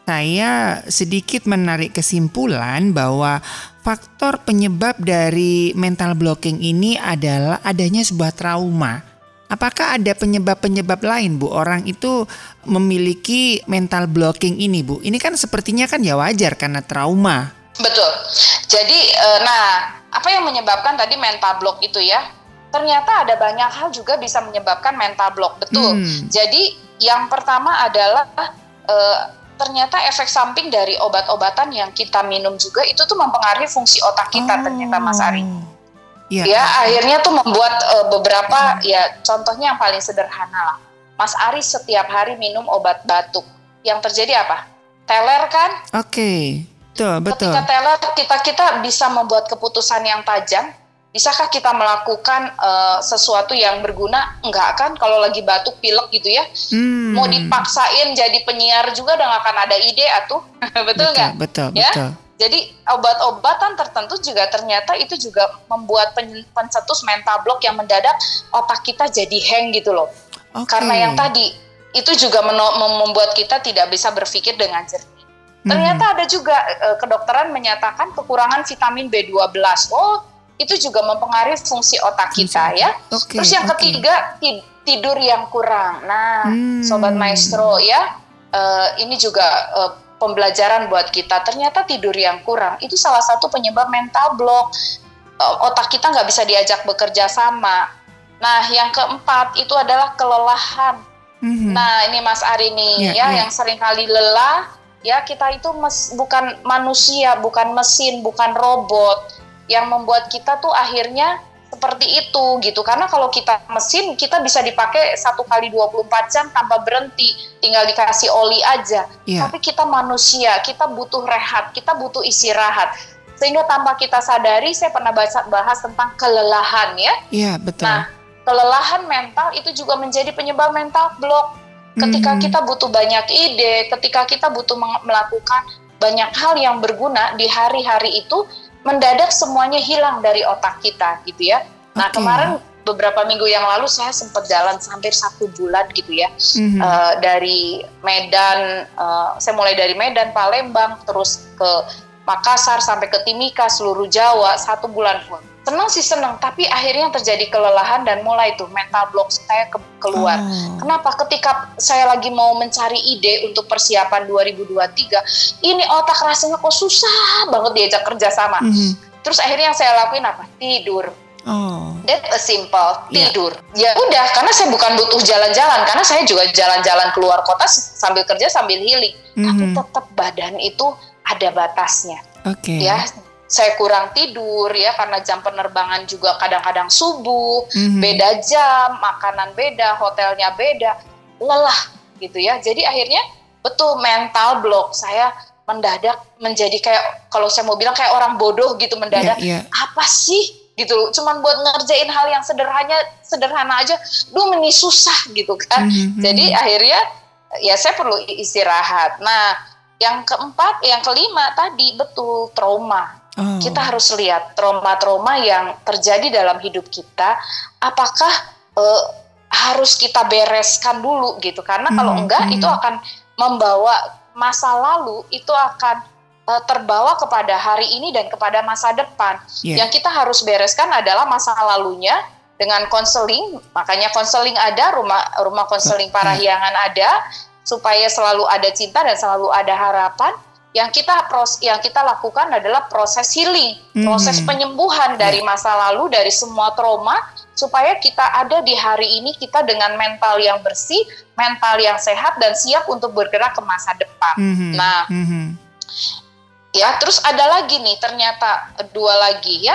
saya sedikit menarik kesimpulan bahwa faktor penyebab dari mental blocking ini adalah adanya sebuah trauma. Apakah ada penyebab-penyebab lain, Bu? Orang itu memiliki mental blocking ini, Bu. Ini kan sepertinya kan ya wajar karena trauma. Betul. Jadi, nah apa yang menyebabkan tadi mental block itu ya? Ternyata ada banyak hal juga bisa menyebabkan mental block, betul. Hmm. Jadi yang pertama adalah e, ternyata efek samping dari obat-obatan yang kita minum juga itu tuh mempengaruhi fungsi otak kita, oh. ternyata Mas Ari. Ya, ya akhirnya tuh membuat e, beberapa hmm. ya contohnya yang paling sederhana lah. Mas Ari setiap hari minum obat batuk, yang terjadi apa? Teler kan? Oke. Okay. Betul, betul. Ketika teler, kita kita bisa membuat keputusan yang tajam. Bisakah kita melakukan uh, sesuatu yang berguna? Enggak kan? Kalau lagi batuk, pilek gitu ya. Hmm. Mau dipaksain jadi penyiar juga udah gak akan ada ide atuh. Betul nggak? Betul, betul, ya? betul. Jadi obat-obatan tertentu juga ternyata itu juga membuat pen- pencetus mental block yang mendadak otak kita jadi hang gitu loh. Okay. Karena yang tadi itu juga meno- membuat kita tidak bisa berpikir dengan jernih. Ternyata ada juga eh, kedokteran menyatakan kekurangan vitamin B dua belas. Oh, itu juga mempengaruhi fungsi otak kita ya. Okay, Terus yang okay. ketiga tidur yang kurang. Nah, hmm. Sobat Maestro ya, eh, ini juga eh, pembelajaran buat kita. Ternyata tidur yang kurang itu salah satu penyebab mental block. Eh, otak kita nggak bisa diajak bekerja sama. Nah, yang keempat itu adalah kelelahan. Mm-hmm. Nah, ini Mas Ari nih yeah, ya, yeah. yang seringkali lelah. Ya, kita itu mes, bukan manusia, bukan mesin, bukan robot yang membuat kita tuh akhirnya seperti itu gitu. Karena kalau kita mesin, kita bisa dipakai satu kali dua puluh empat jam tanpa berhenti, tinggal dikasih oli aja. Yeah. Tapi kita manusia, kita butuh rehat, kita butuh istirahat. Sehingga tanpa kita sadari, saya pernah bahas, bahas tentang kelelahan ya. Iya, yeah, betul. Nah, kelelahan mental itu juga menjadi penyebab mental block. Ketika mm-hmm. kita butuh banyak ide, ketika kita butuh melakukan banyak hal yang berguna di hari-hari itu, mendadak semuanya hilang dari otak kita gitu ya. Nah okay. kemarin beberapa minggu yang lalu saya sempat jalan hampir satu bulan gitu ya. Mm-hmm. uh, dari Medan, uh, saya mulai dari Medan, Palembang, terus ke Makassar sampai ke Timika, seluruh Jawa, satu bulan pun. Senang sih senang, tapi akhirnya terjadi kelelahan dan mulai tuh mental block saya ke- keluar. Oh. Kenapa? Ketika saya lagi mau mencari ide untuk persiapan dua ribu dua puluh tiga, ini otak rasanya kok susah banget diajak kerjasama. Mm-hmm. Terus akhirnya yang saya lakuin apa? Tidur. Oh. That a simple, tidur. Yeah. Ya udah, karena saya bukan butuh jalan-jalan, karena saya juga jalan-jalan keluar kota sambil kerja sambil healing. Mm-hmm. Tapi tetap badan itu ada batasnya. Oke. Okay. Ya. Saya kurang tidur ya karena jam penerbangan juga kadang-kadang subuh, mm-hmm. beda jam, makanan beda, hotelnya beda, lelah gitu ya. Jadi akhirnya betul mental block saya mendadak menjadi kayak, kalau saya mau bilang kayak orang bodoh gitu mendadak. Yeah, yeah. Apa sih gitu, cuman buat ngerjain hal yang sederhana sederhana aja, duh ini susah gitu kan. Mm-hmm. Jadi akhirnya ya saya perlu istirahat. Nah yang keempat, yang kelima tadi betul trauma. Oh. Kita harus lihat trauma-trauma yang terjadi dalam hidup kita, apakah uh, harus kita bereskan dulu gitu, karena hmm, kalau enggak hmm. itu akan membawa masa lalu itu akan uh, terbawa kepada hari ini dan kepada masa depan. Yeah. Yang kita harus bereskan adalah masa lalunya dengan konseling, makanya konseling ada, rumah rumah konseling Parahyangan ada, supaya selalu ada cinta dan selalu ada harapan. Yang kita pros, yang kita lakukan adalah proses healing, mm-hmm. proses penyembuhan dari masa lalu, dari semua trauma, supaya kita ada di hari ini kita dengan mental yang bersih, mental yang sehat dan siap untuk bergerak ke masa depan. Mm-hmm. Nah, mm-hmm. ya terus ada lagi nih, ternyata dua lagi ya,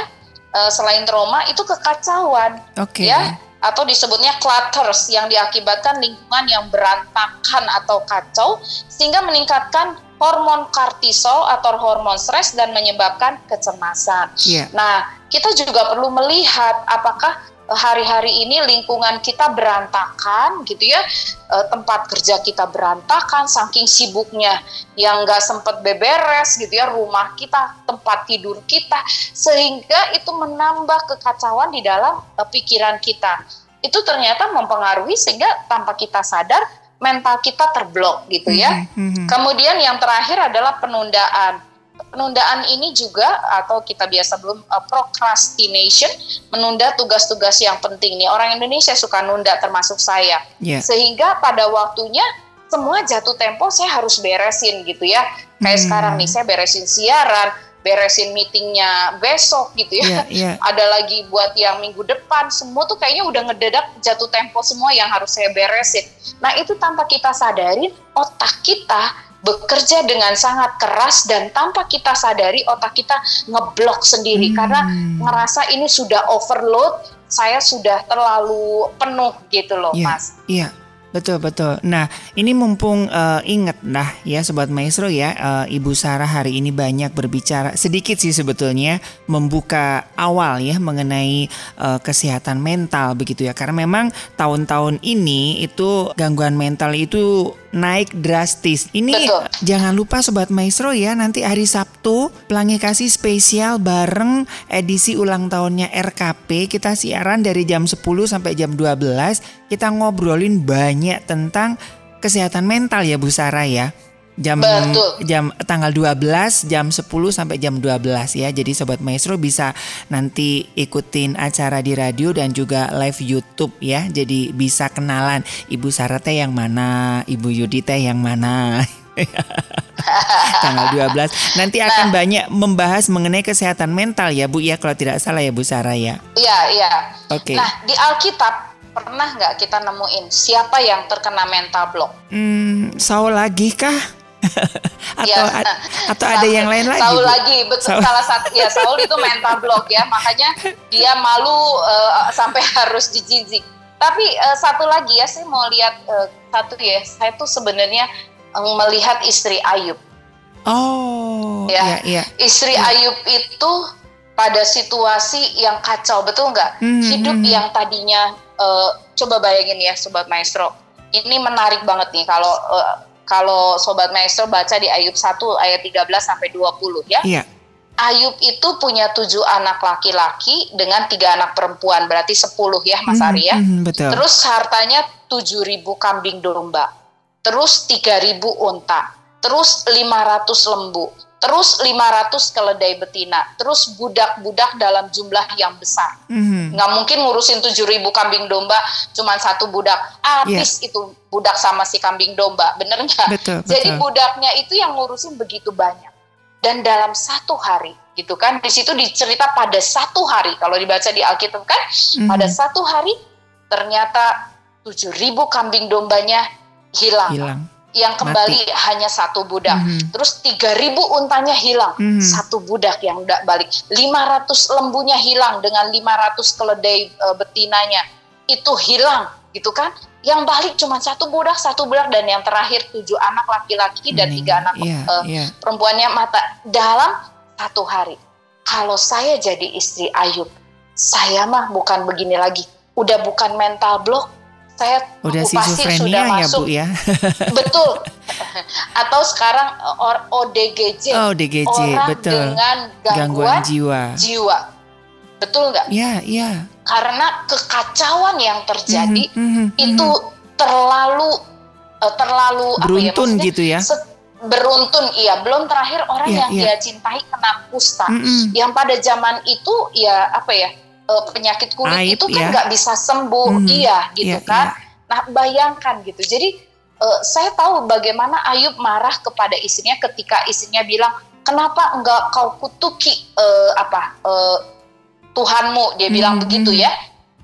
uh, selain trauma itu kekacauan, okay. ya, atau disebutnya clutters yang diakibatkan lingkungan yang berantakan atau kacau sehingga meningkatkan hormon kortisol atau hormon stres dan menyebabkan kecemasan. Yeah. Nah, kita juga perlu melihat apakah hari-hari ini lingkungan kita berantakan gitu ya, e, tempat kerja kita berantakan saking sibuknya yang nggak sempat beberes gitu ya, rumah kita, tempat tidur kita, sehingga itu menambah kekacauan di dalam e, pikiran kita. Itu ternyata mempengaruhi sehingga tanpa kita sadar mental kita terblok gitu ya. Mm-hmm. Kemudian yang terakhir adalah penundaan. Penundaan ini juga atau kita biasa belum uh, procrastination, menunda tugas-tugas yang penting nih. Orang Indonesia suka nunda termasuk saya. Yeah. Sehingga pada waktunya semua jatuh tempo saya harus beresin gitu ya. Kayak hmm. sekarang nih saya beresin siaran, beresin meetingnya besok gitu ya. Yeah, yeah. Ada lagi buat yang minggu depan, semua tuh kayaknya udah ngedadak jatuh tempo semua yang harus saya beresin. Nah itu tanpa kita sadarin otak kita bekerja dengan sangat keras dan tanpa kita sadari otak kita ngeblok sendiri hmm. karena ngerasa ini sudah overload, saya sudah terlalu penuh gitu loh, yeah, Mas. Iya. Betul betul. Nah ini mumpung uh, inget nah ya Sobat Maestro ya, uh, Ibu Sarah hari ini banyak berbicara sedikit sih sebetulnya membuka awal ya mengenai uh, kesehatan mental begitu ya, karena memang tahun-tahun ini itu gangguan mental itu naik drastis. Ini Betul. Jangan lupa Sobat Maestro ya, nanti hari Sabtu Pelangi Kasih spesial bareng edisi ulang tahunnya R K P, kita siaran dari jam sepuluh sampai jam dua belas, kita ngobrolin banyak tentang kesehatan mental ya Bu Sarah ya. Jam Betul. jam tanggal dua belas jam sepuluh sampai jam dua belas ya. Jadi Sobat Maestro bisa nanti ikutin acara di radio dan juga live YouTube ya. Jadi bisa kenalan Ibu Sarah teh yang mana, Ibu Yudi teh yang mana. Tanggal dua belas nanti akan nah, banyak membahas mengenai kesehatan mental ya Bu ya, kalau tidak salah ya Bu Sarah ya. Iya, iya. Oke. Okay. Nah, di Alkitab pernah nggak kita nemuin siapa yang terkena mental block? Hmm, Saul lagi kah? atau ya, a- atau ada Saul, yang lain lagi? Saul Bu? lagi, betul. Saul. Salah satu ya Saul itu mental block ya, makanya dia malu uh, sampai harus dijinjing. Tapi uh, satu lagi ya, saya mau lihat uh, satu ya, saya tuh sebenarnya uh, melihat istri Ayub. Oh, ya, iya, iya. Istri ya. Ayub itu pada situasi yang kacau, betul nggak? Mm-hmm. Hidup yang tadinya uh, coba bayangin ya Sobat Maestro, ini menarik banget nih kalau uh, kalau Sobat Maestro baca di Ayub satu ayat tiga belas sampai dua puluh ya. Iya. Ayub itu punya tujuh anak laki-laki dengan tiga anak perempuan, berarti sepuluh ya Mas Ari ya. Mm-hmm, betul. Terus hartanya tujuh ribu kambing domba, terus tiga ribu unta, terus lima ratus lembu, terus lima ratus keledai betina, terus budak-budak dalam jumlah yang besar. Mm-hmm. Nggak mungkin ngurusin tujuh ribu kambing domba cuma satu budak. Habis yeah. itu budak sama si kambing domba, bener nggak? Betul, Jadi betul. budaknya itu yang ngurusin begitu banyak. Dan dalam satu hari, gitu kan? Di situ dicerita pada satu hari. Kalau dibaca di Alkitab kan, mm-hmm. pada satu hari ternyata tujuh ribu kambing dombanya hilang. Hilang. Yang kembali Mati. hanya satu budak. Mm-hmm. Terus tiga ribu untanya hilang, mm-hmm. satu budak yang udah balik. lima ratus lembunya hilang dengan lima ratus keledai e, betinanya. Itu hilang, gitu kan? Yang balik cuma satu budak, satu budak, dan yang terakhir tujuh anak laki-laki dan tiga anak yeah, e, yeah. perempuannya mata dalam satu hari. Kalau saya jadi istri Ayub, saya mah bukan begini lagi. Udah bukan mental block, saya udah pasti sudah masuk. ya Bu ya. Betul. Atau sekarang or, O D G J. Oh, O D G J, orang betul. dengan gangguan, gangguan jiwa. jiwa. Betul nggak? Iya, iya. Karena kekacauan yang terjadi mm-hmm, mm-hmm, itu terlalu uh, terlalu beruntun apa ya, gitu ya. Set, beruntun, iya. Belum terakhir orang yeah, yang yeah. dia cintai kena kusta. Mm-hmm. Yang pada zaman itu ya apa ya, uh, penyakit kulit Aib, itu kan ya. nggak bisa sembuh, mm-hmm. iya gitu yeah, kan. Yeah. Nah bayangkan gitu. Jadi uh, saya tahu bagaimana Ayub marah kepada istrinya ketika istrinya bilang, kenapa enggak kau kutuki uh, apa uh, Tuhanmu, dia bilang mm-hmm. begitu ya.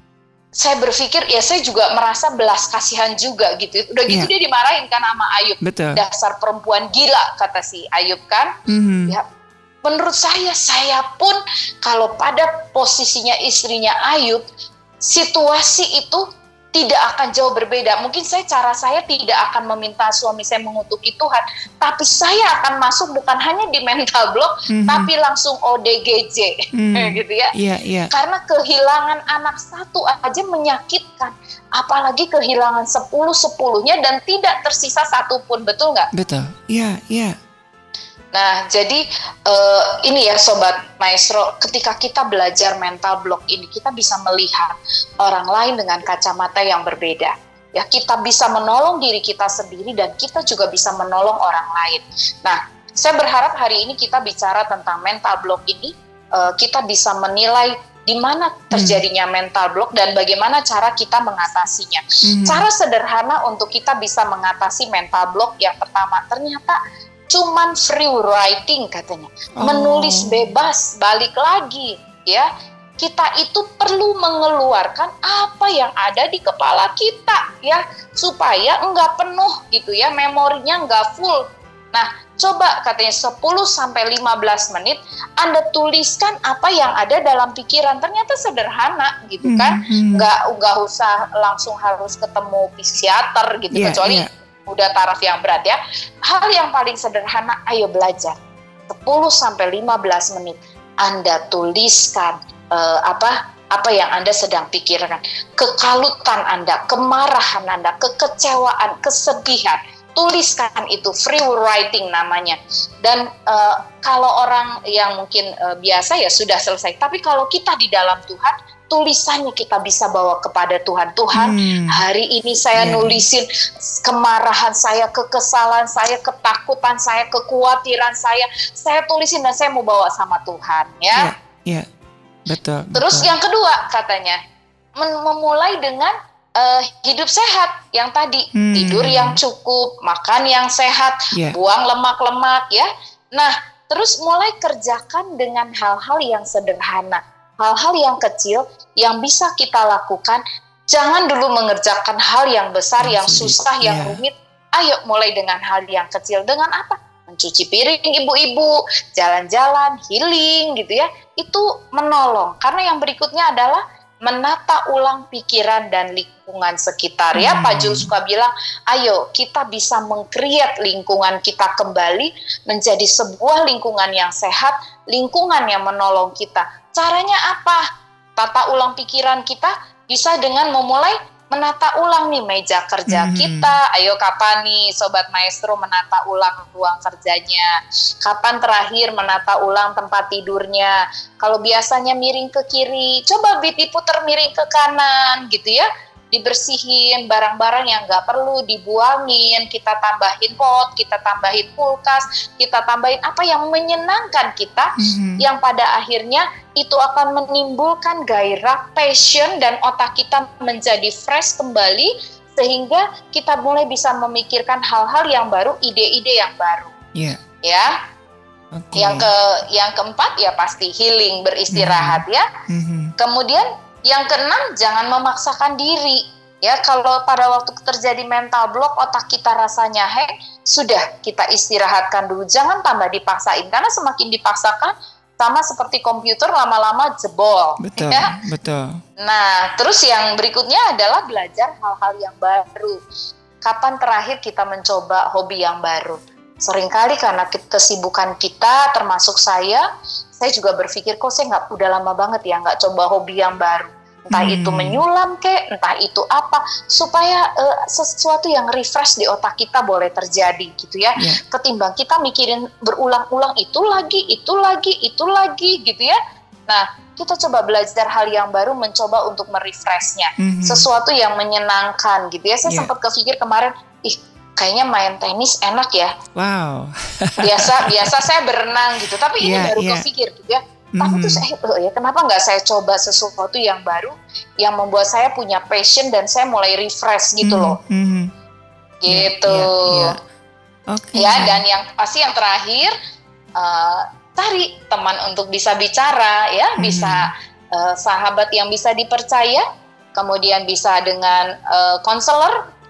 Saya berpikir ya saya juga merasa belas kasihan juga gitu. Udah gitu yeah. dia dimarahin kan sama Ayub. Betul. Dasar perempuan gila kata si Ayub kan. Mm-hmm. Ya menurut saya, saya pun kalau pada posisinya istrinya Ayub, situasi itu tidak akan jauh berbeda. Mungkin saya cara saya tidak akan meminta suami saya mengutuki Tuhan, tapi saya akan masuk bukan hanya di mental block, mm-hmm. tapi langsung O D G J, mm. gitu ya. Yeah, yeah. Karena kehilangan anak satu aja menyakitkan, apalagi kehilangan sepuluh sepuluhnya dan tidak tersisa satu pun, betul nggak? Betul. Iya, yeah, iya. Yeah. Nah, jadi uh, ini ya Sobat Maestro, ketika kita belajar mental block ini, kita bisa melihat orang lain dengan kacamata yang berbeda. Ya, kita bisa menolong diri kita sendiri dan kita juga bisa menolong orang lain. Nah, saya berharap hari ini kita bicara tentang mental block ini, uh, kita bisa menilai di mana terjadinya hmm. mental block dan bagaimana cara kita mengatasinya. Hmm. Cara sederhana untuk kita bisa mengatasi mental block yang pertama, ternyata cuman free writing katanya, oh. menulis bebas, balik lagi ya. Kita itu perlu mengeluarkan apa yang ada di kepala kita ya, supaya enggak penuh gitu ya, memorinya enggak full. Nah, coba katanya sepuluh sampai lima belas menit Anda tuliskan apa yang ada dalam pikiran. Ternyata sederhana gitu kan, mm-hmm. enggak enggak usah langsung harus ketemu psikiater gitu, yeah, kecuali yeah. udah taraf yang berat ya. Hal yang paling sederhana, ayo belajar. sepuluh sampai lima belas menit Anda tuliskan uh, apa apa yang Anda sedang pikirkan. Kekalutan Anda, kemarahan Anda, kekecewaan, kesedihan. Tuliskan itu, free writing namanya. Dan uh, kalau orang yang mungkin uh, biasa ya sudah selesai. Tapi kalau kita di dalam Tuhan, tulisannya kita bisa bawa kepada Tuhan. Tuhan, hmm. hari ini saya yeah. nulisin kemarahan saya, kekesalan saya, ketakutan saya, kekhawatiran saya. Saya tulisin dan saya mau bawa sama Tuhan, ya. Iya, yeah, yeah. betul. Terus betul. yang kedua katanya, memulai dengan uh, hidup sehat. Yang tadi, hmm. tidur yang cukup, makan yang sehat, yeah. buang lemak-lemak, ya. Nah, terus mulai kerjakan dengan hal-hal yang sederhana. Hal-hal yang kecil yang bisa kita lakukan. Jangan dulu mengerjakan hal yang besar, yang susah, yang yeah. rumit. Ayo mulai dengan hal yang kecil. Dengan apa? Mencuci piring ibu-ibu, jalan-jalan, healing gitu ya. Itu menolong. Karena yang berikutnya adalah menata ulang pikiran dan lingkungan sekitar. Ya, hmm. Pak Jul suka bilang, ayo kita bisa meng-create lingkungan kita kembali menjadi sebuah lingkungan yang sehat, lingkungan yang menolong kita. Caranya apa? Tata ulang pikiran kita bisa dengan memulai menata ulang nih meja kerja hmm. kita. Ayo kapan nih Sobat Maestro menata ulang ruang kerjanya? Kapan terakhir menata ulang tempat tidurnya? Kalau biasanya miring ke kiri, coba diputar miring ke kanan gitu ya. Dibersihin barang-barang yang nggak perlu, dibuangin, kita tambahin pot, kita tambahin kulkas, kita tambahin apa yang menyenangkan kita, mm-hmm. yang pada akhirnya itu akan menimbulkan gairah, passion, dan otak kita menjadi fresh kembali, sehingga kita mulai bisa memikirkan hal-hal yang baru, ide-ide yang baru. Yeah. Ya. Okay. Yang ke yang keempat ya pasti healing, beristirahat, mm-hmm. ya. Mm-hmm. Kemudian yang keenam, jangan memaksakan diri. Ya, kalau pada waktu terjadi mental block, otak kita rasanya hang, sudah kita istirahatkan dulu. Jangan tambah dipaksain, karena semakin dipaksakan, sama seperti komputer lama-lama jebol. Betul, ya? betul. Nah, terus yang berikutnya adalah belajar hal-hal yang baru. Kapan terakhir kita mencoba hobi yang baru? Seringkali karena kesibukan kita, termasuk saya, saya juga berpikir, kok saya nggak udah lama banget ya nggak coba hobi yang baru. Entah hmm. itu menyulam kek, entah itu apa, supaya uh, sesuatu yang refresh di otak kita boleh terjadi gitu ya. Yeah. Ketimbang kita mikirin berulang-ulang itu lagi, itu lagi, itu lagi gitu ya. Nah, kita coba belajar hal yang baru, mencoba untuk merefreshnya. Mm-hmm. Sesuatu yang menyenangkan gitu ya. Saya yeah. sempat kepikir kemarin, ih kayaknya main tenis enak ya. Wow. biasa biasa saya berenang gitu, tapi ini yeah, baru yeah. kepikir gitu ya. Tapi mm-hmm. terus eh, oh ya kenapa nggak saya coba sesuatu yang baru yang membuat saya punya passion dan saya mulai refresh gitu loh. Mm-hmm. Gitu. Yeah, yeah, yeah. Okay. Ya, dan yang pasti yang terakhir uh, cari teman untuk bisa bicara ya, mm-hmm. bisa uh, sahabat yang bisa dipercaya, kemudian bisa dengan konselor. Uh,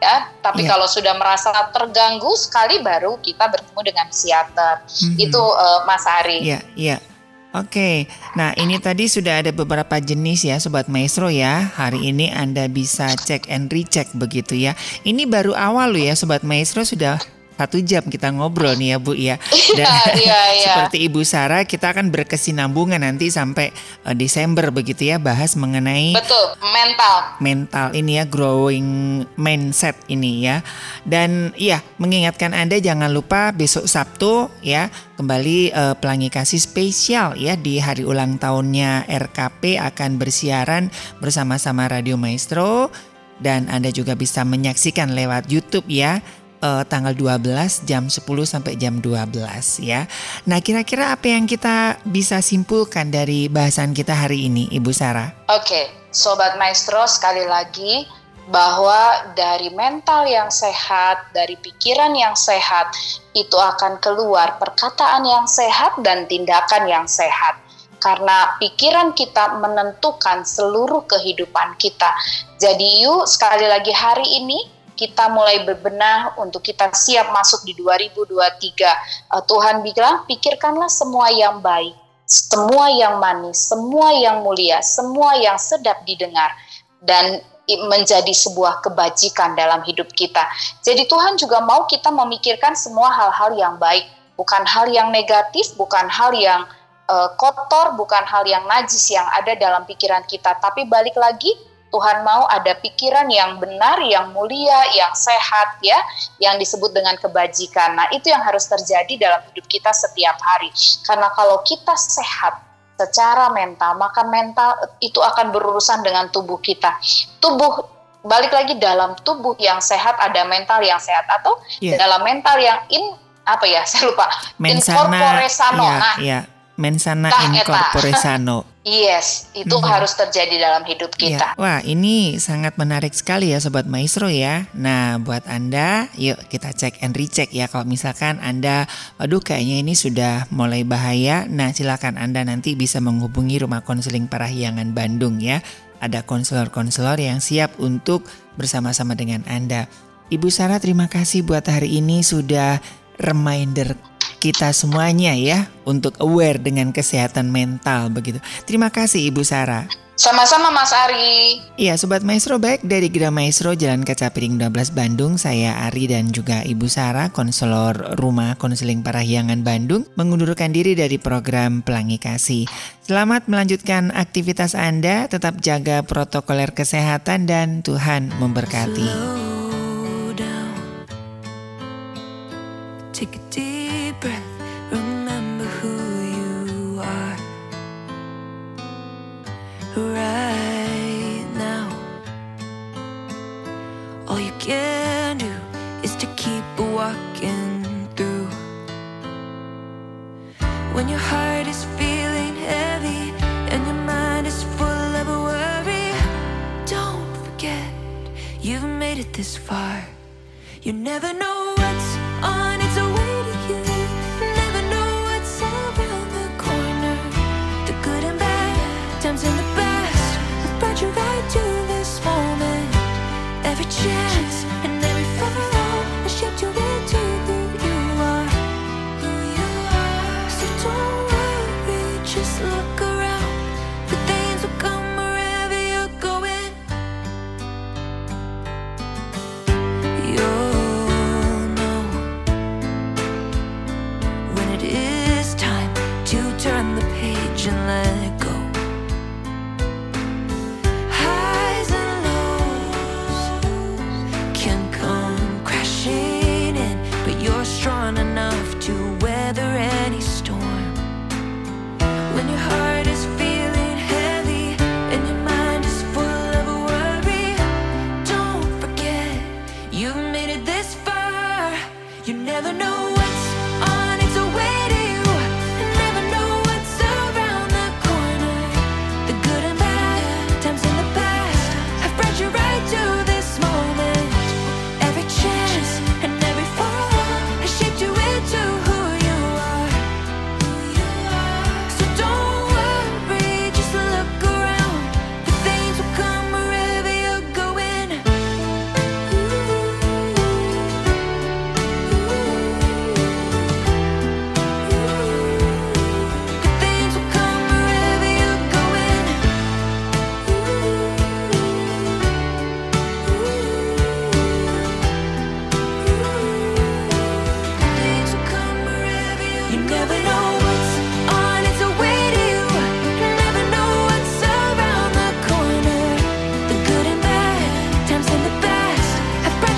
ya. Tapi yeah. kalau sudah merasa terganggu sekali baru kita bertemu dengan psikiater. Mm-hmm. Itu uh, Mas Ari. Iya, yeah, iya. Yeah. Oke, okay. Nah ini tadi sudah ada beberapa jenis ya Sobat Maestro ya. Hari ini Anda bisa cek and recheck begitu ya. Ini baru awal loh ya Sobat Maestro, sudah satu jam kita ngobrol nih ya Bu ya. Dan iya, iya. seperti Ibu Sarah kita akan berkesinambungan nanti sampai uh, Desember begitu ya, bahas mengenai betul mental. Mental ini ya, growing mindset ini ya. Dan ya mengingatkan Anda jangan lupa besok Sabtu ya kembali uh, Pelangi Kasih spesial ya di hari ulang tahunnya R K P akan bersiaran bersama-sama Radio Maestro, dan Anda juga bisa menyaksikan lewat YouTube ya. Uh, tanggal dua belas jam sepuluh sampai jam dua belas ya. Nah kira-kira apa yang kita bisa simpulkan dari bahasan kita hari ini Ibu Sarah? Oke, Sobat Maestro, sekali lagi bahwa dari mental yang sehat, dari pikiran yang sehat itu akan keluar perkataan yang sehat dan tindakan yang sehat. Karena pikiran kita menentukan seluruh kehidupan kita. Jadi yuk sekali lagi hari ini kita mulai berbenah untuk kita siap masuk di dua ribu dua puluh tiga. Uh, Tuhan bilang, pikirkanlah semua yang baik, semua yang manis, semua yang mulia, semua yang sedap didengar, dan menjadi sebuah kebajikan dalam hidup kita. Jadi Tuhan juga mau kita memikirkan semua hal-hal yang baik, bukan hal yang negatif, bukan hal yang uh, kotor, bukan hal yang najis yang ada dalam pikiran kita. Tapi balik lagi, Tuhan mau ada pikiran yang benar, yang mulia, yang sehat ya, yang disebut dengan kebajikan. Nah, itu yang harus terjadi dalam hidup kita setiap hari. Karena kalau kita sehat secara mental, maka mental itu akan berurusan dengan tubuh kita. Tubuh, balik lagi, dalam tubuh yang sehat ada mental yang sehat, atau yeah. dalam mental yang in apa ya? Saya lupa. Mensana, incorpore sano. Yeah, nah, yeah. Mensana incorpore sano. Yes, itu mm-hmm. harus terjadi dalam hidup kita. Ya. Wah, ini sangat menarik sekali ya Sobat Maestro ya. Nah, buat Anda, yuk kita cek and recheck ya. Kalau misalkan Anda, aduh kayaknya ini sudah mulai bahaya, nah silakan Anda nanti bisa menghubungi Rumah Konseling Parahyangan Bandung ya. Ada konselor-konselor yang siap untuk bersama-sama dengan Anda. Ibu Sarah, terima kasih buat hari ini sudah reminder kita semuanya ya untuk aware dengan kesehatan mental begitu. Terima kasih Ibu Sarah. Sama-sama Mas Ari. Iya Sobat Maestro, baik dari Gera Maestro Jalan Kaca Piring dua belas Bandung, saya Ari dan juga Ibu Sarah, konselor Rumah Konseling Parahyangan Bandung, mengundurkan diri dari program Pelangi Kasih. Selamat melanjutkan aktivitas Anda, tetap jaga protokoler kesehatan dan Tuhan memberkati. Take a deep breath, remember who you are right now. All you can do is to keep walking through. When your heart is feeling heavy and your mind is full of worry, don't forget you've made it this far. You never know what's on its way to you. Never know what's around the corner. The good and bad, times in the past, have brought you right to this moment. Every chance and every fall has shaped you into who you are. Who you are. So don't worry, just look around. Good things will come wherever you're going. You're turn the page and let go. Highs and lows can come crashing in, but you're strong enough to weather any storm. When your heart is feeling heavy and your mind is full of worry, don't forget you've made it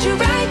you right